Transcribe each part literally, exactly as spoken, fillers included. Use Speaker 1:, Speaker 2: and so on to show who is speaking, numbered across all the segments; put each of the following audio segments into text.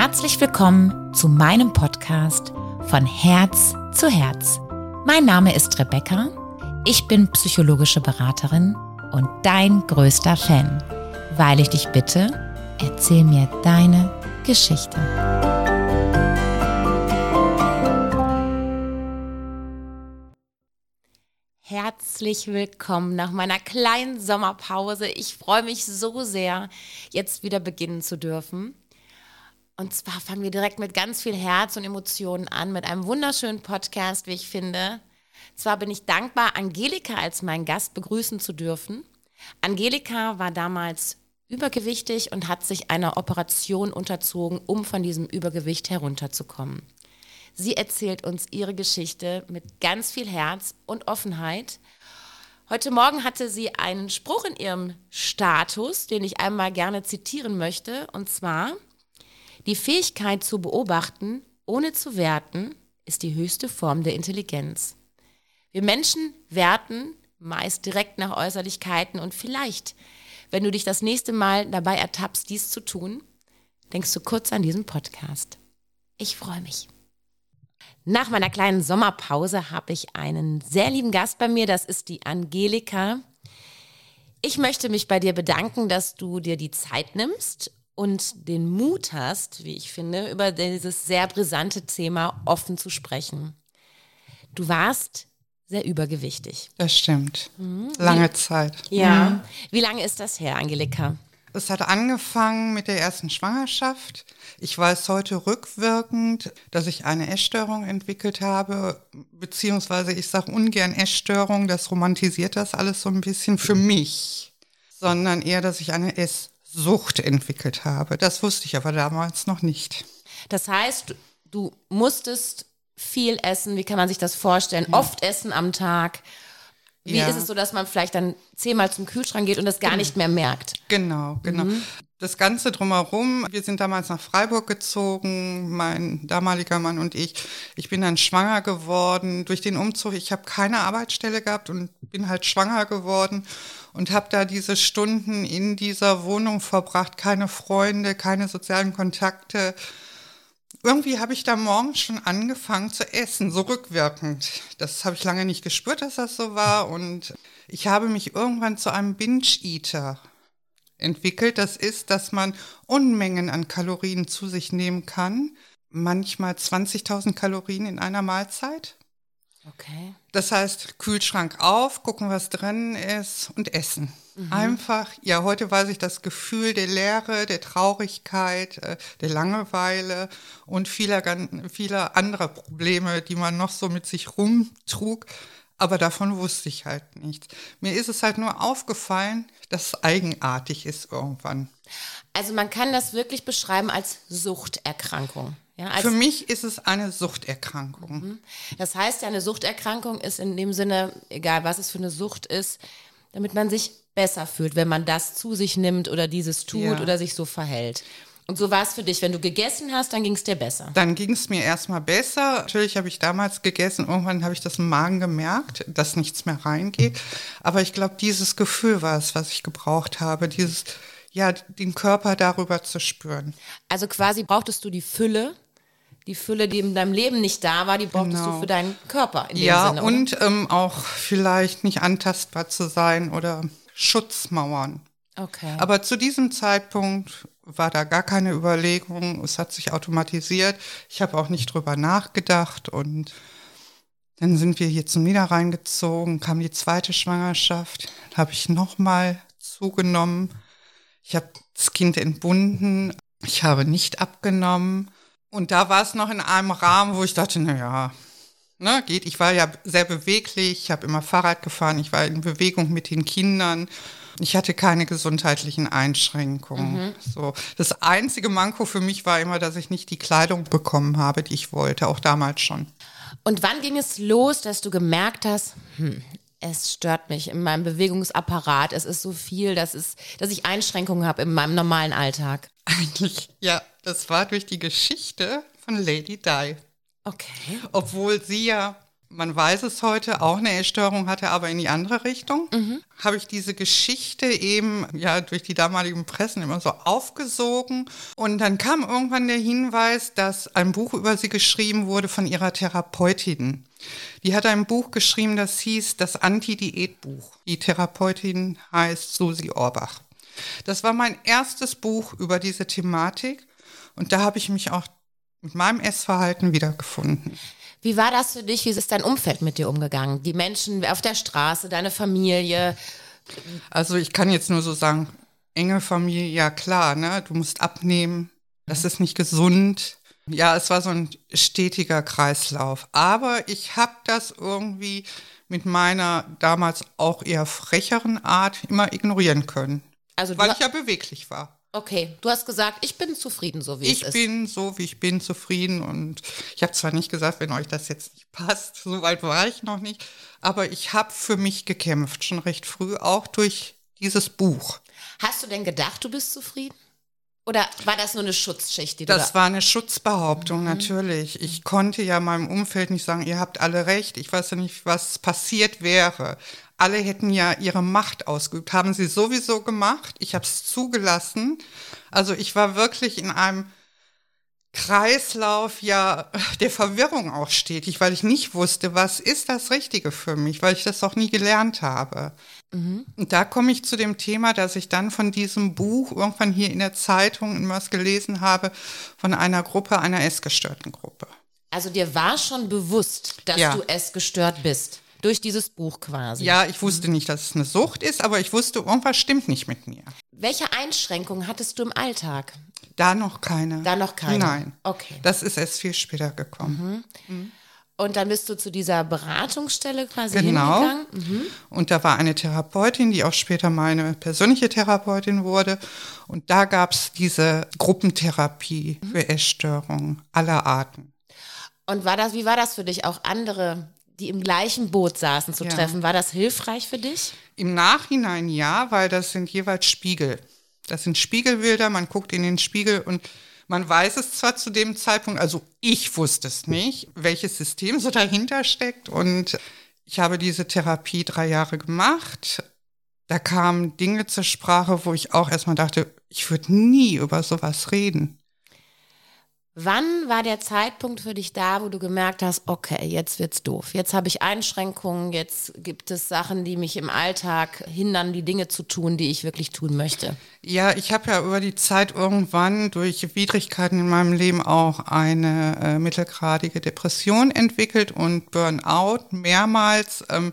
Speaker 1: Herzlich willkommen zu meinem Podcast von Herz zu Herz. Mein Name ist Rebecca, ich bin psychologische Beraterin und dein größter Fan, weil ich dich bitte, erzähl mir deine Geschichte. Herzlich willkommen nach meiner kleinen Sommerpause. Ich freue mich so sehr, jetzt wieder beginnen zu dürfen. Und zwar fangen wir direkt mit ganz viel Herz und Emotionen an, mit einem wunderschönen Podcast, wie ich finde. Zwar bin ich dankbar, Angelika als meinen Gast begrüßen zu dürfen. Angelika war damals übergewichtig und hat sich einer Operation unterzogen, um von diesem Übergewicht herunterzukommen. Sie erzählt uns ihre Geschichte mit ganz viel Herz und Offenheit. Heute Morgen hatte sie einen Spruch in ihrem Status, den ich einmal gerne zitieren möchte, und zwar: Die Fähigkeit zu beobachten, ohne zu werten, ist die höchste Form der Intelligenz. Wir Menschen werten meist direkt nach Äußerlichkeiten und vielleicht, wenn du dich das nächste Mal dabei ertappst, dies zu tun, denkst du kurz an diesen Podcast. Ich freue mich. Nach meiner kleinen Sommerpause habe ich einen sehr lieben Gast bei mir, das ist die Angelika. Ich möchte mich bei dir bedanken, dass du dir die Zeit nimmst und den Mut hast, wie ich finde, über dieses sehr brisante Thema offen zu sprechen. Du warst sehr übergewichtig.
Speaker 2: Das stimmt. Mhm. Lange
Speaker 1: wie,
Speaker 2: Zeit.
Speaker 1: Ja.
Speaker 2: Mhm.
Speaker 1: Wie lange ist das her, Angelika?
Speaker 2: Es hat angefangen mit der ersten Schwangerschaft. Ich weiß heute rückwirkend, dass ich eine Essstörung entwickelt habe, beziehungsweise ich sage ungern Essstörung, das romantisiert das alles so ein bisschen für mich, sondern eher, dass ich eine Essstörung Sucht entwickelt habe. Das wusste ich aber damals noch nicht.
Speaker 1: Das heißt, du musstest viel essen. Wie kann man sich das vorstellen? Ja. Oft essen am Tag. Wie ja. ist es so, dass man vielleicht dann zehnmal zum Kühlschrank geht und das gar genau. nicht mehr merkt?
Speaker 2: Genau, genau. Mhm. Das Ganze drumherum, wir sind damals nach Freiburg gezogen, mein damaliger Mann und ich. Ich bin dann schwanger geworden durch den Umzug. Ich habe keine Arbeitsstelle gehabt und bin halt schwanger geworden und habe da diese Stunden in dieser Wohnung verbracht. Keine Freunde, keine sozialen Kontakte. Irgendwie habe ich da morgens schon angefangen zu essen, so rückwirkend. Das habe ich lange nicht gespürt, dass das so war. Und ich habe mich irgendwann zu einem Binge-Eater entwickelt. Das ist, dass man Unmengen an Kalorien zu sich nehmen kann. Manchmal zwanzigtausend Kalorien in einer Mahlzeit.
Speaker 1: Okay.
Speaker 2: Das heißt, Kühlschrank auf, gucken, was drin ist und essen. Mhm. Einfach, ja, heute weiß ich, das Gefühl der Leere, der Traurigkeit, äh, der Langeweile und vieler, vieler anderer Probleme, die man noch so mit sich rumtrug. Aber davon wusste ich halt nichts. Mir ist es halt nur aufgefallen, dass es eigenartig ist irgendwann.
Speaker 1: Also man kann das wirklich beschreiben als Suchterkrankung. Ja, als
Speaker 2: Für mich ist es eine Suchterkrankung.
Speaker 1: Das heißt, eine Suchterkrankung ist in dem Sinne, egal was es für eine Sucht ist, damit man sich besser fühlt, wenn man das zu sich nimmt oder dieses tut ja. oder sich so verhält. Und so war es für dich, wenn du gegessen hast, dann ging es dir besser?
Speaker 2: Dann ging es mir erstmal besser. Natürlich habe ich damals gegessen, irgendwann habe ich das im Magen gemerkt, dass nichts mehr reingeht. Aber ich glaube, dieses Gefühl war es, was ich gebraucht habe, dieses, ja, den Körper darüber zu spüren.
Speaker 1: Also quasi brauchtest du die Fülle, die Fülle, die in deinem Leben nicht da war, die brauchtest genau. du für deinen Körper in dem
Speaker 2: ja,
Speaker 1: Sinne, oder?
Speaker 2: Und ähm, auch vielleicht nicht antastbar zu sein oder Schutzmauern.
Speaker 1: Okay.
Speaker 2: Aber zu diesem Zeitpunkt war da gar keine Überlegung. Es hat sich automatisiert. Ich habe auch nicht drüber nachgedacht. Und dann sind wir hier zum Niederrhein gezogen, kam die zweite Schwangerschaft. Dann habe ich nochmal zugenommen. Ich habe das Kind entbunden. Ich habe nicht abgenommen. Und da war es noch in einem Rahmen, wo ich dachte, na ja, ne, geht. Ich war ja sehr beweglich. Ich habe immer Fahrrad gefahren. Ich war in Bewegung mit den Kindern. Ich hatte keine gesundheitlichen Einschränkungen. Mhm. So. Das einzige Manko für mich war immer, dass ich nicht die Kleidung bekommen habe, die ich wollte, auch damals schon.
Speaker 1: Und wann ging es los, dass du gemerkt hast, hm, es stört mich in meinem Bewegungsapparat, es ist so viel, dass, es, dass ich Einschränkungen habe in meinem normalen Alltag?
Speaker 2: Eigentlich, ja, das war durch die Geschichte von Lady Di.
Speaker 1: Okay.
Speaker 2: Obwohl sie ja man weiß es heute, auch eine Essstörung hatte, aber in die andere Richtung, mhm. habe ich diese Geschichte eben ja durch die damaligen Pressen immer so aufgesogen. Und dann kam irgendwann der Hinweis, dass ein Buch über sie geschrieben wurde von ihrer Therapeutin. Die hat ein Buch geschrieben, das hieß das Anti-Diät-Buch. Die Therapeutin heißt Susi Orbach. Das war mein erstes Buch über diese Thematik und da habe ich mich auch mit meinem Essverhalten wiedergefunden.
Speaker 1: Wie war das für dich? Wie ist dein Umfeld mit dir umgegangen? Die Menschen auf der Straße, deine Familie?
Speaker 2: Also ich kann jetzt nur so sagen, enge Familie, ja klar, ne? Du musst abnehmen, das ist nicht gesund. Ja, es war so ein stetiger Kreislauf. Aber ich habe das irgendwie mit meiner damals auch eher frecheren Art immer ignorieren können,
Speaker 1: also
Speaker 2: weil ich ja beweglich war.
Speaker 1: Okay, du hast gesagt, ich bin zufrieden, so wie
Speaker 2: ich
Speaker 1: es ist.
Speaker 2: Ich bin so, wie ich bin, zufrieden. Und ich habe zwar nicht gesagt, wenn euch das jetzt nicht passt, so weit war ich noch nicht, aber ich habe für mich gekämpft, schon recht früh, auch durch dieses Buch.
Speaker 1: Hast du denn gedacht, du bist zufrieden? Oder war das nur eine Schutzschicht? Die
Speaker 2: das
Speaker 1: du da
Speaker 2: war eine Schutzbehauptung, mhm. natürlich. Ich konnte ja meinem Umfeld nicht sagen, ihr habt alle recht. Ich weiß ja nicht, was passiert wäre. Alle hätten ja ihre Macht ausgeübt. Haben sie sowieso gemacht. Ich habe es zugelassen. Also ich war wirklich in einem Kreislauf ja der Verwirrung auch stetig, weil ich nicht wusste, was ist das Richtige für mich, weil ich das auch nie gelernt habe. Mhm. Und da komme ich zu dem Thema, dass ich dann von diesem Buch irgendwann hier in der Zeitung was gelesen habe von einer Gruppe, einer essgestörten Gruppe.
Speaker 1: Also dir war schon bewusst, dass ja. du essgestört bist? Durch dieses Buch quasi.
Speaker 2: Ja, ich wusste nicht, dass es eine Sucht ist, aber ich wusste, irgendwas stimmt nicht mit mir.
Speaker 1: Welche Einschränkungen hattest du im Alltag?
Speaker 2: Da noch keine.
Speaker 1: Da noch keine?
Speaker 2: Nein.
Speaker 1: Okay.
Speaker 2: Das ist erst viel später gekommen.
Speaker 1: Mhm. Mhm. Und dann bist du zu dieser Beratungsstelle quasi
Speaker 2: genau.
Speaker 1: hingegangen? Mhm.
Speaker 2: Und da war eine Therapeutin, die auch später meine persönliche Therapeutin wurde. Und da gab es diese Gruppentherapie mhm. für Essstörungen aller Arten.
Speaker 1: Und war das, wie war das für dich, auch andere, die im gleichen Boot saßen, zu ja. treffen? War das hilfreich für dich?
Speaker 2: Im Nachhinein ja, weil das sind jeweils Spiegel. Das sind Spiegelbilder, man guckt in den Spiegel und man weiß es zwar zu dem Zeitpunkt, also ich wusste es nicht, welches System so dahinter steckt. Und ich habe diese Therapie drei Jahre gemacht. Da kamen Dinge zur Sprache, wo ich auch erstmal dachte, ich würde nie über sowas reden.
Speaker 1: Wann war der Zeitpunkt für dich da, wo du gemerkt hast, okay, jetzt wird's doof. Jetzt habe ich Einschränkungen, jetzt gibt es Sachen, die mich im Alltag hindern, die Dinge zu tun, die ich wirklich tun möchte.
Speaker 2: Ja, ich habe ja über die Zeit irgendwann durch Widrigkeiten in meinem Leben auch eine äh, mittelgradige Depression entwickelt und Burnout mehrmals. Ähm,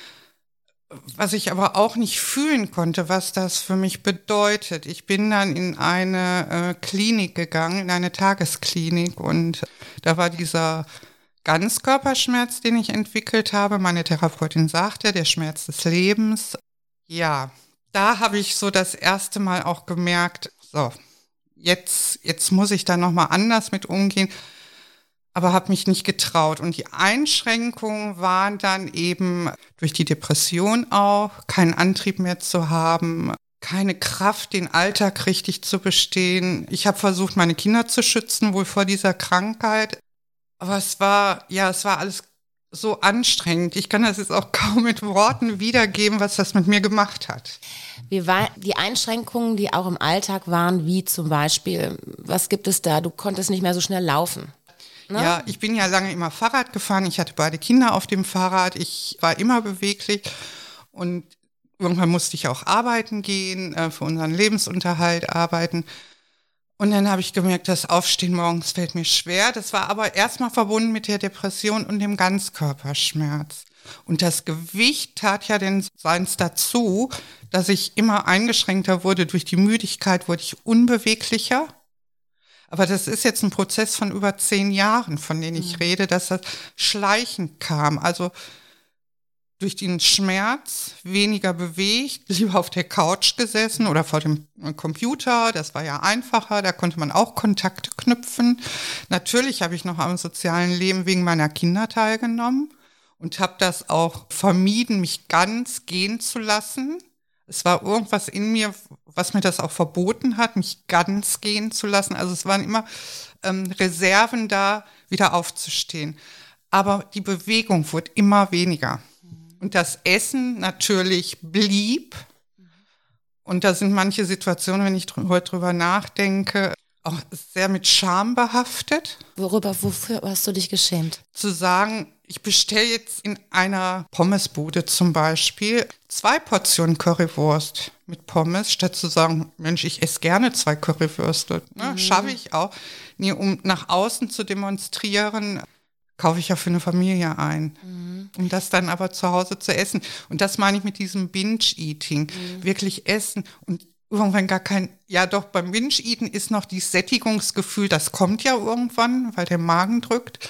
Speaker 2: Was ich aber auch nicht fühlen konnte, was das für mich bedeutet. Ich bin dann in eine äh, Klinik gegangen, in eine Tagesklinik, und da war dieser Ganzkörperschmerz, den ich entwickelt habe. Meine Therapeutin sagte, der Schmerz des Lebens. Ja, da habe ich so das erste Mal auch gemerkt, so, jetzt, jetzt muss ich da nochmal anders mit umgehen. Aber habe mich nicht getraut. Und die Einschränkungen waren dann eben durch die Depression auch, keinen Antrieb mehr zu haben, keine Kraft, den Alltag richtig zu bestehen. Ich habe versucht, meine Kinder zu schützen, wohl vor dieser Krankheit. Aber es war, ja, es war alles so anstrengend. Ich kann das jetzt auch kaum mit Worten wiedergeben, was das mit mir gemacht hat.
Speaker 1: Wie war die Einschränkungen, die auch im Alltag waren, wie zum Beispiel, was gibt es da? Du konntest nicht mehr so schnell laufen. Ne?
Speaker 2: Ja, ich bin ja lange immer Fahrrad gefahren. Ich hatte beide Kinder auf dem Fahrrad. Ich war immer beweglich und irgendwann musste ich auch arbeiten gehen, äh, für unseren Lebensunterhalt arbeiten. Und dann habe ich gemerkt, das Aufstehen morgens fällt mir schwer. Das war aber erstmal verbunden mit der Depression und dem Ganzkörperschmerz. Und das Gewicht tat ja denn seins dazu, dass ich immer eingeschränkter wurde. Durch die Müdigkeit wurde ich unbeweglicher. Aber das ist jetzt ein Prozess von über zehn Jahren, von denen ich mhm. rede, dass das schleichend kam. Also durch den Schmerz weniger bewegt, lieber auf der Couch gesessen oder vor dem Computer. Das war ja einfacher, da konnte man auch Kontakte knüpfen. Natürlich habe ich noch am sozialen Leben wegen meiner Kinder teilgenommen und habe das auch vermieden, mich ganz gehen zu lassen. Es war irgendwas in mir, was mir das auch verboten hat, mich ganz gehen zu lassen. Also es waren immer ähm, Reserven da, wieder aufzustehen. aber die Bewegung wurde immer weniger. Und das Essen natürlich blieb. Und da sind manche Situationen, wenn ich dr- heute drüber nachdenke, auch sehr mit Scham behaftet.
Speaker 1: Worüber, wofür hast du dich geschämt?
Speaker 2: Zu sagen, ich bestelle jetzt in einer Pommesbude zum Beispiel zwei Portionen Currywurst mit Pommes, statt zu sagen, Mensch, ich esse gerne zwei Currywürste. Ne, mhm. Schaffe ich auch. Nee, um nach außen zu demonstrieren, kaufe ich ja für eine Familie ein. Mhm. Um das dann aber zu Hause zu essen. Und das meine ich mit diesem Binge-Eating. Mhm. Wirklich essen und irgendwann gar kein, ja doch, beim Binge-Eaten ist noch dieses Sättigungsgefühl, das kommt ja irgendwann, weil der Magen drückt.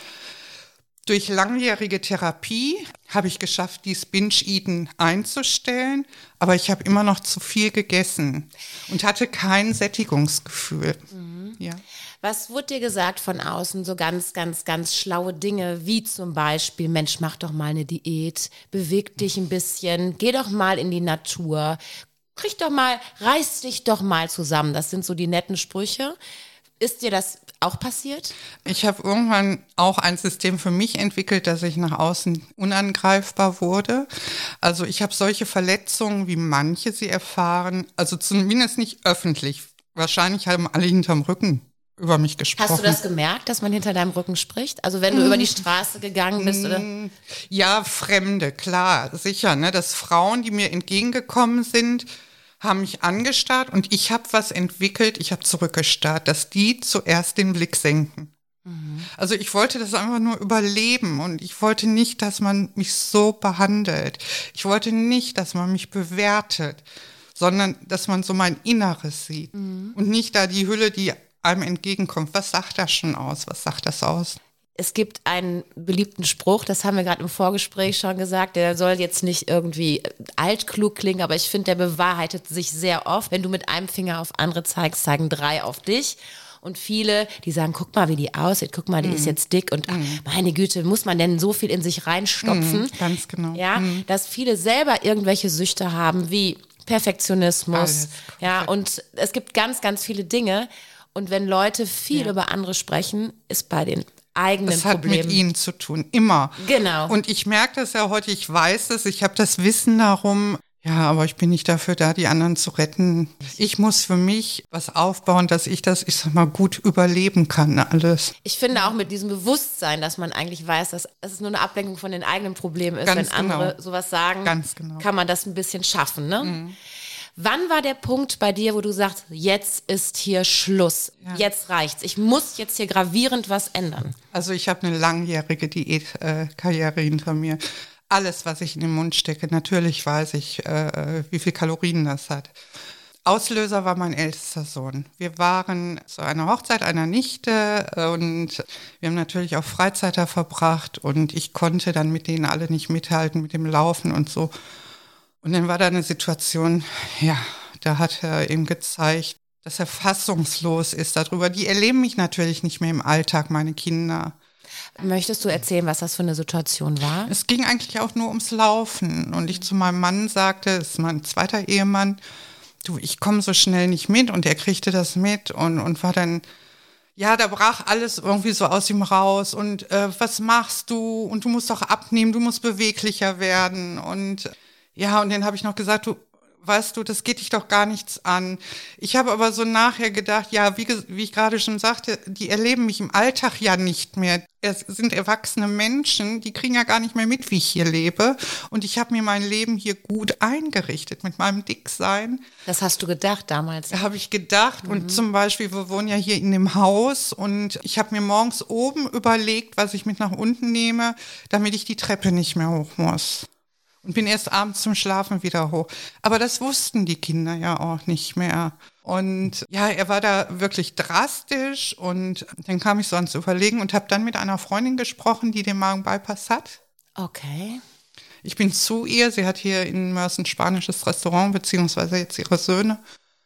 Speaker 2: Durch langjährige Therapie habe ich geschafft, dieses Binge-Eaten einzustellen, aber ich habe immer noch zu viel gegessen und hatte kein Sättigungsgefühl. Mhm. Ja.
Speaker 1: Was wurde dir gesagt von außen, so ganz, ganz, ganz schlaue Dinge, wie zum Beispiel, Mensch, mach doch mal eine Diät, beweg dich ein bisschen, geh doch mal in die Natur, krieg doch mal, reiß dich doch mal zusammen. Das sind so die netten Sprüche. Ist dir das auch passiert?
Speaker 2: Ich habe irgendwann auch ein System für mich entwickelt, dass ich nach außen unangreifbar wurde. Also ich habe solche Verletzungen, wie manche sie erfahren, also zumindest nicht öffentlich. Wahrscheinlich haben alle hinterm Rücken über mich gesprochen.
Speaker 1: Hast du das gemerkt, dass man hinter deinem Rücken spricht? Also wenn du mm. über die Straße gegangen bist, oder?
Speaker 2: Ja, Fremde, klar, sicher. Ne? Dass Frauen, die mir entgegengekommen sind, haben mich angestarrt und ich habe was entwickelt, ich habe zurückgestarrt, dass die zuerst den Blick senken. Mhm. Also ich wollte das einfach nur überleben und ich wollte nicht, dass man mich so behandelt. Ich wollte nicht, dass man mich bewertet, sondern dass man so mein Inneres sieht mhm. und nicht da die Hülle, die einem entgegenkommt. Was sagt das schon aus? Was sagt das aus?
Speaker 1: Es gibt einen beliebten Spruch, das haben wir gerade im Vorgespräch schon gesagt, der soll jetzt nicht irgendwie altklug klingen, aber ich finde, der bewahrheitet sich sehr oft. Wenn du mit einem Finger auf andere zeigst, zeigen drei auf dich. Und viele, die sagen, guck mal, wie die aussieht, guck mal, die mm. ist jetzt dick und mm. ach, meine Güte, muss man denn so viel in sich reinstopfen?
Speaker 2: Mm, ganz genau.
Speaker 1: Ja, mm. dass viele selber irgendwelche Süchte haben, wie Perfektionismus. Alles, ja, und es gibt ganz, ganz viele Dinge. Und wenn Leute viel ja. über andere sprechen, ist bei den eigenen
Speaker 2: Das hat
Speaker 1: Problemen.
Speaker 2: mit ihnen zu tun, immer.
Speaker 1: Genau.
Speaker 2: Und ich merke das ja heute, ich weiß es, ich habe das Wissen darum. Ja, aber ich bin nicht dafür da, die anderen zu retten. Ich muss für mich was aufbauen, dass ich das, ich sag mal, gut überleben kann, alles.
Speaker 1: Ich finde auch mit diesem Bewusstsein, dass man eigentlich weiß, dass es nur eine Ablenkung von den eigenen Problemen ist.
Speaker 2: Ganz
Speaker 1: Wenn andere
Speaker 2: genau.
Speaker 1: sowas sagen,
Speaker 2: Ganz genau.
Speaker 1: kann man das ein bisschen schaffen, ne?
Speaker 2: Mhm.
Speaker 1: Wann war der Punkt bei dir, wo du sagst, jetzt ist hier Schluss, ja. jetzt reicht's, ich muss jetzt hier gravierend was ändern?
Speaker 2: Also ich habe eine langjährige Diätkarriere äh, hinter mir. Alles, was ich in den Mund stecke, natürlich weiß ich, äh, wie viel Kalorien das hat. Auslöser war mein ältester Sohn. Wir waren zu einer Hochzeit einer Nichte und wir haben natürlich auch Freizeit da verbracht und ich konnte dann mit denen alle nicht mithalten, mit dem Laufen und so. Und dann war da eine Situation, ja, da hat er eben gezeigt, dass er fassungslos ist darüber. Die erleben mich natürlich nicht mehr im Alltag, meine Kinder.
Speaker 1: Möchtest du erzählen, was das für eine Situation war?
Speaker 2: Es ging eigentlich auch nur ums Laufen. Und ich zu meinem Mann sagte, das ist mein zweiter Ehemann, du, ich komme so schnell nicht mit. Und er kriegte das mit und, und war dann, ja, da brach alles irgendwie so aus ihm raus. Und äh, was machst du? Und du musst doch abnehmen, du musst beweglicher werden. Und ja, und dann habe ich noch gesagt, du, weißt du, das geht dich doch gar nichts an. Ich habe aber so nachher gedacht, ja, wie, wie ich gerade schon sagte, die erleben mich im Alltag ja nicht mehr. Es sind erwachsene Menschen, die kriegen ja gar nicht mehr mit, wie ich hier lebe. Und ich habe mir mein Leben hier gut eingerichtet mit meinem Dicksein.
Speaker 1: Das hast du gedacht damals?
Speaker 2: Da habe ich gedacht. Mhm. Und zum Beispiel, wir wohnen ja hier in dem Haus und ich habe mir morgens oben überlegt, was ich mit nach unten nehme, damit ich die Treppe nicht mehr hoch muss. Und bin erst abends zum Schlafen wieder hoch. Aber das wussten die Kinder ja auch nicht mehr. Und ja, er war da wirklich drastisch. Und dann kam ich so ans Überlegen und habe dann mit einer Freundin gesprochen, die den Magen-Bypass hat.
Speaker 1: Okay.
Speaker 2: Ich bin zu ihr. Sie hat hier in Mörs ein spanisches Restaurant, beziehungsweise jetzt ihre Söhne.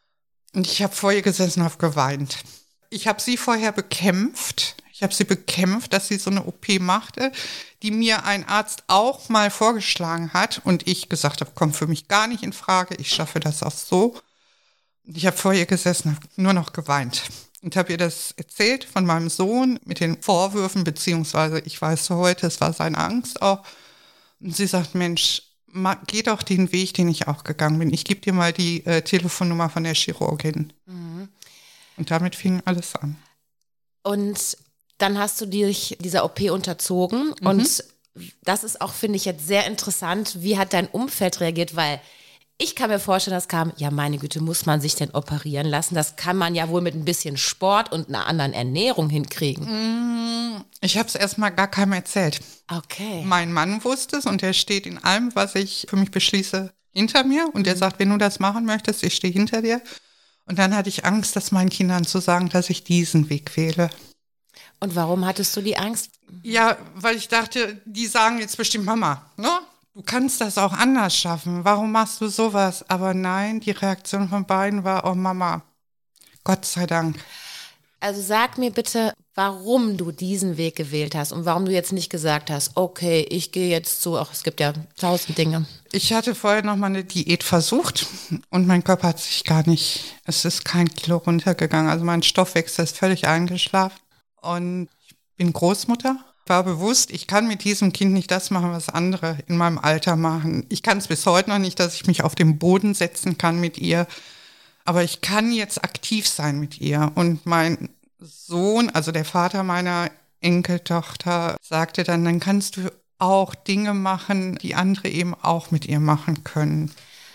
Speaker 2: Und ich habe vor ihr gesessen und habe geweint. Ich habe sie vorher bekämpft. Ich habe sie bekämpft, dass sie so eine O P machte, die mir ein Arzt auch mal vorgeschlagen hat und ich gesagt habe, kommt für mich gar nicht in Frage, ich schaffe das auch so. Ich habe vor ihr gesessen, habe nur noch geweint. und habe ihr das erzählt von meinem Sohn mit den Vorwürfen, beziehungsweise ich weiß heute, es war seine Angst auch. Und sie sagt, Mensch, ma, geh doch den Weg, den ich auch gegangen bin. Ich gebe dir mal die äh, Telefonnummer von der Chirurgin. Mhm. Und damit fing alles an.
Speaker 1: Und dann hast du dich dieser O P unterzogen. Mhm. Und das ist auch, finde ich, jetzt sehr interessant. Wie hat dein Umfeld reagiert? Weil ich kann mir vorstellen, das kam, ja meine Güte, muss man sich denn operieren lassen? Das kann man ja wohl mit ein bisschen Sport und einer anderen Ernährung hinkriegen.
Speaker 2: Ich habe es erstmal gar keinem erzählt.
Speaker 1: Okay.
Speaker 2: Mein Mann wusste es und der steht in allem, was ich für mich beschließe, hinter mir. Und der mhm. sagt, wenn du das machen möchtest, ich stehe hinter dir. Und dann hatte ich Angst, das meinen Kindern zu sagen, dass ich diesen Weg wähle.
Speaker 1: Und warum hattest du die Angst?
Speaker 2: Ja, weil ich dachte, die sagen jetzt bestimmt, Mama, ne? Du kannst das auch anders schaffen. Warum machst du sowas? Aber nein, die Reaktion von beiden war, oh Mama, Gott sei Dank.
Speaker 1: Also sag mir bitte, warum du diesen Weg gewählt hast und warum du jetzt nicht gesagt hast, okay, ich gehe jetzt zu, auch es gibt ja tausend Dinge.
Speaker 2: Ich hatte vorher noch mal eine Diät versucht und mein Körper hat sich gar nicht, es ist kein Kilo runtergegangen. Also mein Stoffwechsel ist völlig eingeschlafen und ich bin Großmutter. War bewusst, ich kann mit diesem Kind nicht das machen, was andere in meinem Alter machen. Ich kann es bis heute noch nicht, dass ich mich auf den Boden setzen kann mit ihr. Aber ich kann jetzt aktiv sein mit ihr. Und mein Sohn, also der Vater meiner Enkeltochter, sagte dann, dann kannst du auch Dinge machen, die andere eben auch mit ihr machen können.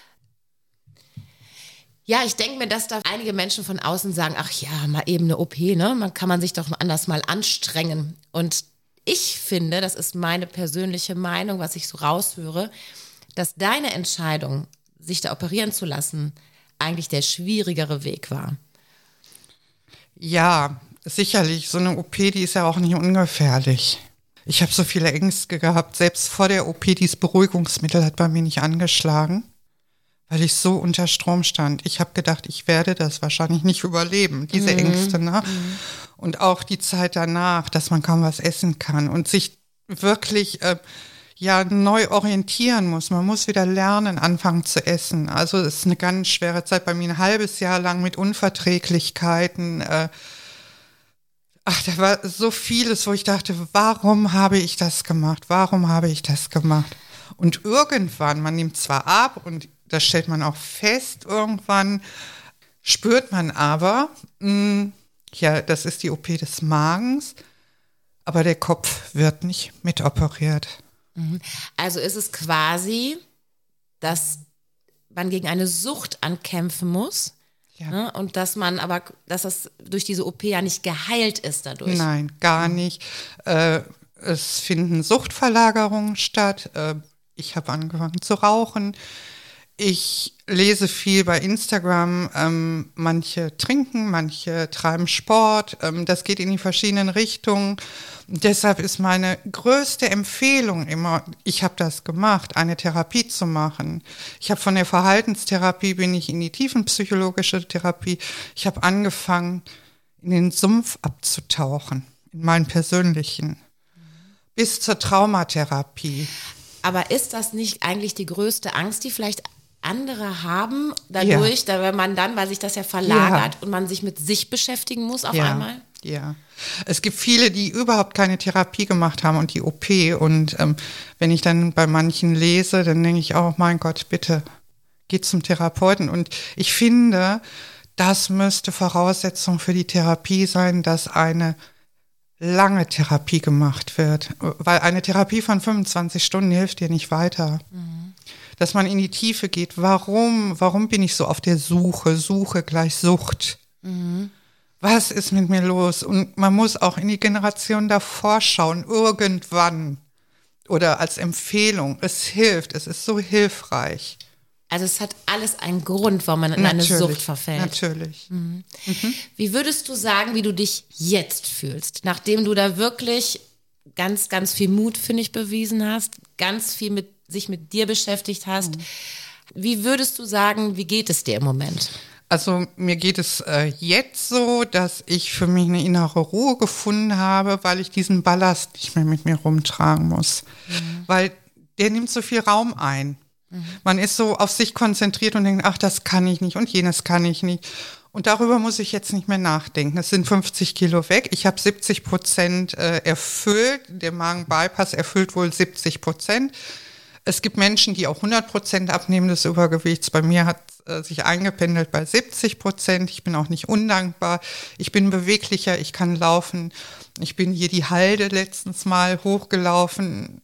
Speaker 1: Ja, ich denke mir, dass da einige Menschen von außen sagen, ach ja, mal eben eine O P, ne? Man kann man sich doch anders mal anstrengen. Und ich finde, das ist meine persönliche Meinung, was ich so raushöre, dass deine Entscheidung, sich da operieren zu lassen, eigentlich der schwierigere Weg war.
Speaker 2: Ja, sicherlich. So eine O P, die ist ja auch nicht ungefährlich. Ich habe so viele Ängste gehabt. Selbst vor der O P, dieses Beruhigungsmittel hat bei mir nicht angeschlagen, weil ich so unter Strom stand. Ich habe gedacht, ich werde das wahrscheinlich nicht überleben, diese mhm. Ängste, ne? Mhm. Und auch die Zeit danach, dass man kaum was essen kann und sich wirklich äh, ja neu orientieren muss. Man muss wieder lernen, anfangen zu essen. Also es ist eine ganz schwere Zeit bei mir, ein halbes Jahr lang mit Unverträglichkeiten. Äh, ach, da war so vieles, wo ich dachte, warum habe ich das gemacht? Warum habe ich das gemacht? Und irgendwann, man nimmt zwar ab und das stellt man auch fest, irgendwann spürt man aber, mh, ja, das ist die O P des Magens, aber der Kopf wird nicht mitoperiert.
Speaker 1: Also ist es quasi, dass man gegen eine Sucht ankämpfen muss, ja. Ne? Und dass man aber, dass das durch diese O P ja nicht geheilt ist dadurch.
Speaker 2: Nein, gar nicht. Äh, es finden Suchtverlagerungen statt. Äh, ich habe angefangen zu rauchen. Ich lese viel bei Instagram, ähm, manche trinken, manche treiben Sport, ähm, das geht in die verschiedenen Richtungen. Und deshalb ist meine größte Empfehlung immer, ich habe das gemacht, eine Therapie zu machen. Ich habe von der Verhaltenstherapie, bin ich in die tiefenpsychologische Therapie, ich habe angefangen, in den Sumpf abzutauchen, in meinen persönlichen, bis zur Traumatherapie.
Speaker 1: Aber ist das nicht eigentlich die größte Angst, die vielleicht andere haben, dadurch, ja. da, wenn man dann, weil sich das ja verlagert ja. und man sich mit sich beschäftigen muss auf
Speaker 2: ja.
Speaker 1: einmal?
Speaker 2: Ja, es gibt viele, die überhaupt keine Therapie gemacht haben und die O P. Und ähm, wenn ich dann bei manchen lese, dann denke ich auch, mein Gott, bitte, geh zum Therapeuten. Und ich finde, das müsste Voraussetzung für die Therapie sein, dass eine lange Therapie gemacht wird. Weil eine Therapie von fünfundzwanzig Stunden hilft dir nicht weiter. Mhm. Dass man in die Tiefe geht. Warum? Warum bin ich so auf der Suche? Suche gleich Sucht. Mhm. Was ist mit mir los? Und man muss auch in die Generation davor schauen, irgendwann. Oder als Empfehlung. Es hilft, es ist so hilfreich.
Speaker 1: Also es hat alles einen Grund, warum man in
Speaker 2: natürlich,
Speaker 1: eine Sucht verfällt.
Speaker 2: Natürlich.
Speaker 1: Mhm. Mhm. Wie würdest du sagen, wie du dich jetzt fühlst, nachdem du da wirklich ganz, ganz viel Mut, finde ich, bewiesen hast, ganz viel mit sich mit dir beschäftigt hast. Mhm. Wie würdest du sagen, wie geht es dir im Moment?
Speaker 2: Also mir geht es äh, jetzt so, dass ich für mich eine innere Ruhe gefunden habe, weil ich diesen Ballast nicht mehr mit mir rumtragen muss. Mhm. Weil der nimmt so viel Raum ein. Mhm. Man ist so auf sich konzentriert und denkt, ach, das kann ich nicht und jenes kann ich nicht. Und darüber muss ich jetzt nicht mehr nachdenken. Es sind fünfzig Kilo weg. Ich habe siebzig Prozent äh, erfüllt. Der Magen-Bypass erfüllt wohl siebzig Prozent. Es gibt Menschen, die auch hundert Prozent abnehmen des Übergewichts. Bei mir hat äh, sich eingependelt bei siebzig Prozent. Ich bin auch nicht undankbar. Ich bin beweglicher, ich kann laufen. Ich bin hier die Halde letztens mal hochgelaufen.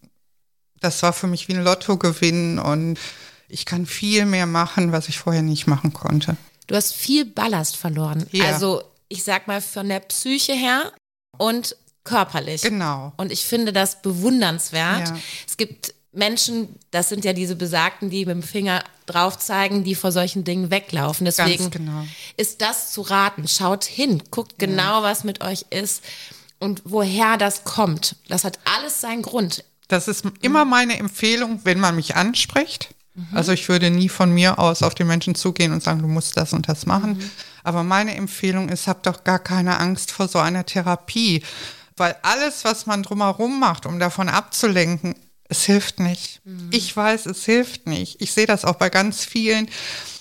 Speaker 2: Das war für mich wie ein Lottogewinn und ich kann viel mehr machen, was ich vorher nicht machen konnte.
Speaker 1: Du hast viel Ballast verloren.
Speaker 2: Ja.
Speaker 1: Also ich sag mal von der Psyche her und körperlich.
Speaker 2: Genau.
Speaker 1: Und ich finde das bewundernswert.
Speaker 2: Ja.
Speaker 1: Es gibt Menschen, das sind ja diese Besagten, die mit dem Finger drauf zeigen, die vor solchen Dingen weglaufen. Deswegen
Speaker 2: Ganz genau.
Speaker 1: ist das zu raten. Schaut hin, guckt genau, was mit euch ist und woher das kommt. Das hat alles seinen Grund.
Speaker 2: Das ist immer meine Empfehlung, wenn man mich anspricht. Mhm. Also ich würde nie von mir aus auf den Menschen zugehen und sagen, du musst das und das machen. Mhm. Aber meine Empfehlung ist, habt doch gar keine Angst vor so einer Therapie. Weil alles, was man drumherum macht, um davon abzulenken, es hilft nicht. Mhm. Ich weiß, es hilft nicht. Ich sehe das auch bei ganz vielen,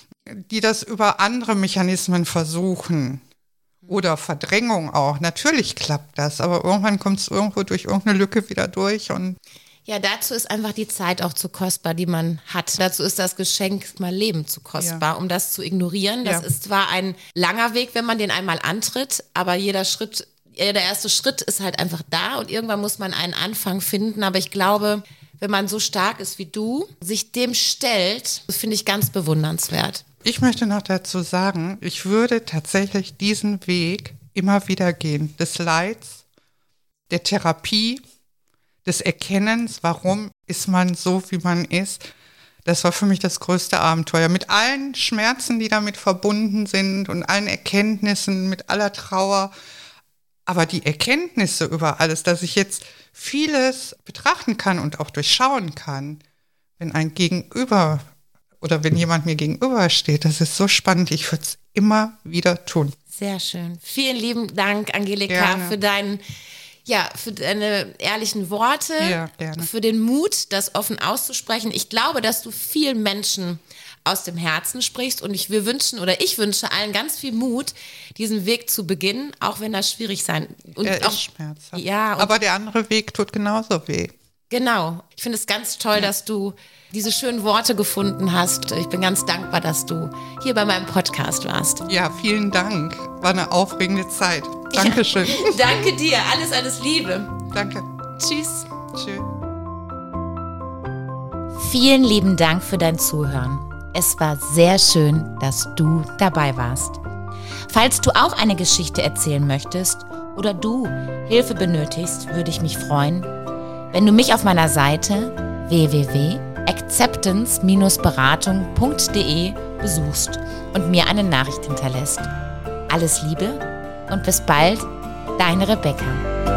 Speaker 2: die das über andere Mechanismen versuchen. Oder Verdrängung auch. Natürlich klappt das, aber irgendwann kommt es irgendwo durch irgendeine Lücke wieder durch. Und
Speaker 1: ja, dazu ist einfach die Zeit auch zu kostbar, die man hat. Dazu ist das Geschenk mal Leben zu kostbar, ja. um das zu ignorieren. Das ja. ist zwar ein langer Weg, wenn man den einmal antritt, aber jeder Schritt, der erste Schritt ist halt einfach da und irgendwann muss man einen Anfang finden. Aber ich glaube, wenn man so stark ist wie du, sich dem stellt, das finde ich ganz bewundernswert.
Speaker 2: Ich möchte noch dazu sagen, ich würde tatsächlich diesen Weg immer wieder gehen. Des Leids, der Therapie, des Erkennens, warum ist man so, wie man ist. Das war für mich das größte Abenteuer. Mit allen Schmerzen, die damit verbunden sind und allen Erkenntnissen, mit aller Trauer. Aber die Erkenntnisse über alles, dass ich jetzt vieles betrachten kann und auch durchschauen kann, wenn ein Gegenüber oder wenn jemand mir gegenübersteht, das ist so spannend. Ich würde es immer wieder tun.
Speaker 1: Sehr schön. Vielen lieben Dank, Angelika,
Speaker 2: gerne.
Speaker 1: für deinen, ja, für deine ehrlichen Worte,
Speaker 2: ja, gerne.
Speaker 1: für den Mut, das offen auszusprechen. Ich glaube, dass du vielen Menschen aus dem Herzen sprichst und ich, wir wünschen oder ich wünsche allen ganz viel Mut, diesen Weg zu beginnen, auch wenn das schwierig sein und
Speaker 2: er
Speaker 1: auch
Speaker 2: ist schmerzhaft.
Speaker 1: Ja, und
Speaker 2: aber der andere Weg tut genauso weh.
Speaker 1: Genau. Ich finde es ganz toll, ja. dass du diese schönen Worte gefunden hast. Ich bin ganz dankbar, dass du hier bei meinem Podcast warst.
Speaker 2: Ja, vielen Dank. War eine aufregende Zeit. Dankeschön.
Speaker 1: Ja. Danke dir. Alles, alles Liebe.
Speaker 2: Danke.
Speaker 1: Tschüss.
Speaker 2: Tschüss.
Speaker 1: Vielen lieben Dank für dein Zuhören. Es war sehr schön, dass du dabei warst. Falls du auch eine Geschichte erzählen möchtest oder du Hilfe benötigst, würde ich mich freuen, wenn du mich auf meiner Seite w w w punkt acceptance beratung punkt d e besuchst und mir eine Nachricht hinterlässt. Alles Liebe und bis bald, deine Rebecca.